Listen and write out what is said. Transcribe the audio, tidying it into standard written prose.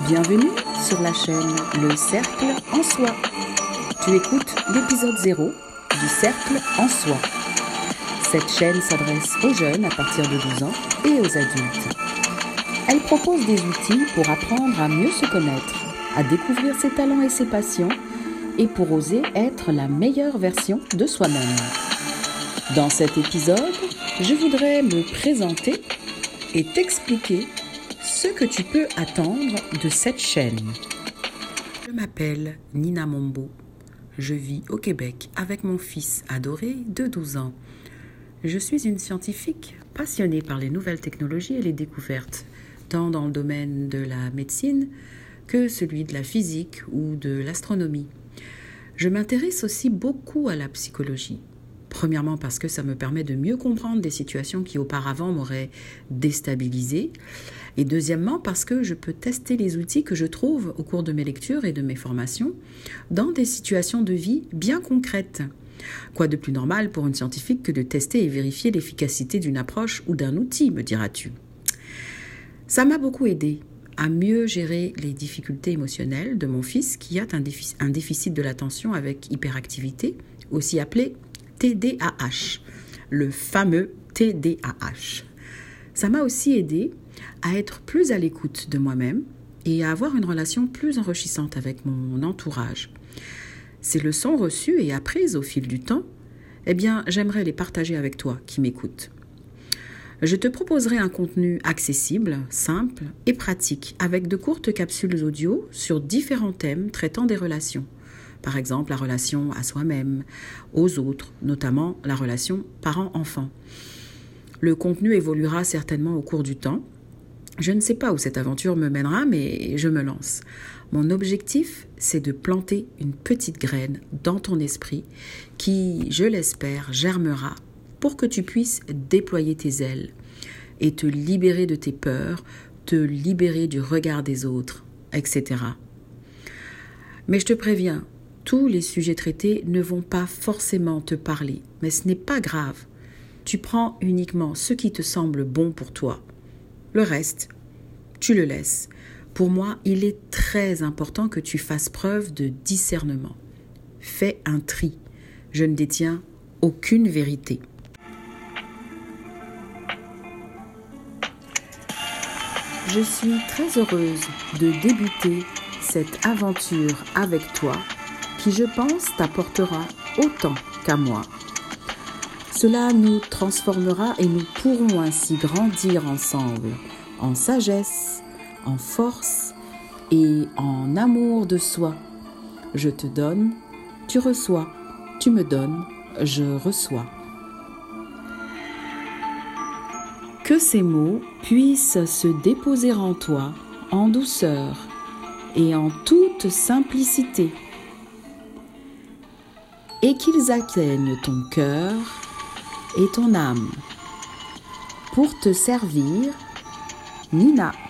Bienvenue sur la chaîne Le Cercle en Soi. Tu écoutes l'épisode 0 du Cercle en Soi. Cette chaîne s'adresse aux jeunes à partir de 12 ans et aux adultes. Elle propose des outils pour apprendre à mieux se connaître, à découvrir ses talents et ses passions et pour oser être la meilleure version de soi-même. Dans cet épisode, je voudrais me présenter et t'expliquer ce que tu peux attendre de cette chaîne. Je m'appelle Nina Mombo. Je vis au Québec avec mon fils adoré de 12 ans. Je suis une scientifique passionnée par les nouvelles technologies et les découvertes, tant dans le domaine de la médecine que celui de la physique ou de l'astronomie. Je m'intéresse aussi beaucoup à la psychologie. Premièrement parce que ça me permet de mieux comprendre des situations qui auparavant m'auraient déstabilisée. Et deuxièmement parce que je peux tester les outils que je trouve au cours de mes lectures et de mes formations dans des situations de vie bien concrètes. Quoi de plus normal pour une scientifique que de tester et vérifier l'efficacité d'une approche ou d'un outil, me diras-tu. Ça m'a beaucoup aidé à mieux gérer les difficultés émotionnelles de mon fils qui a un déficit de l'attention avec hyperactivité, aussi appelé TDAH, le fameux TDAH. Ça m'a aussi aidé à être plus à l'écoute de moi-même et à avoir une relation plus enrichissante avec mon entourage. Ces leçons reçues et apprises au fil du temps, j'aimerais les partager avec toi qui m'écoutes. Je te proposerai un contenu accessible, simple et pratique avec de courtes capsules audio sur différents thèmes traitant des relations. Par exemple, la relation à soi-même, aux autres, notamment la relation parent-enfant. Le contenu évoluera certainement au cours du temps. Je ne sais pas où cette aventure me mènera, mais je me lance. Mon objectif, c'est de planter une petite graine dans ton esprit qui, je l'espère, germera pour que tu puisses déployer tes ailes et te libérer de tes peurs, te libérer du regard des autres, etc. Mais je te préviens, tous les sujets traités ne vont pas forcément te parler, mais ce n'est pas grave. Tu prends uniquement ce qui te semble bon pour toi. Le reste, tu le laisses. Pour moi, il est très important que tu fasses preuve de discernement. Fais un tri. Je ne détiens aucune vérité. Je suis très heureuse de débuter cette aventure avec toi qui, je pense, t'apportera autant qu'à moi. Cela nous transformera et nous pourrons ainsi grandir ensemble, en sagesse, en force et en amour de soi. Je te donne, tu reçois, tu me donnes, je reçois. Que ces mots puissent se déposer en toi, en douceur et en toute simplicité, et qu'ils atteignent ton cœur et ton âme. Pour te servir, Nina.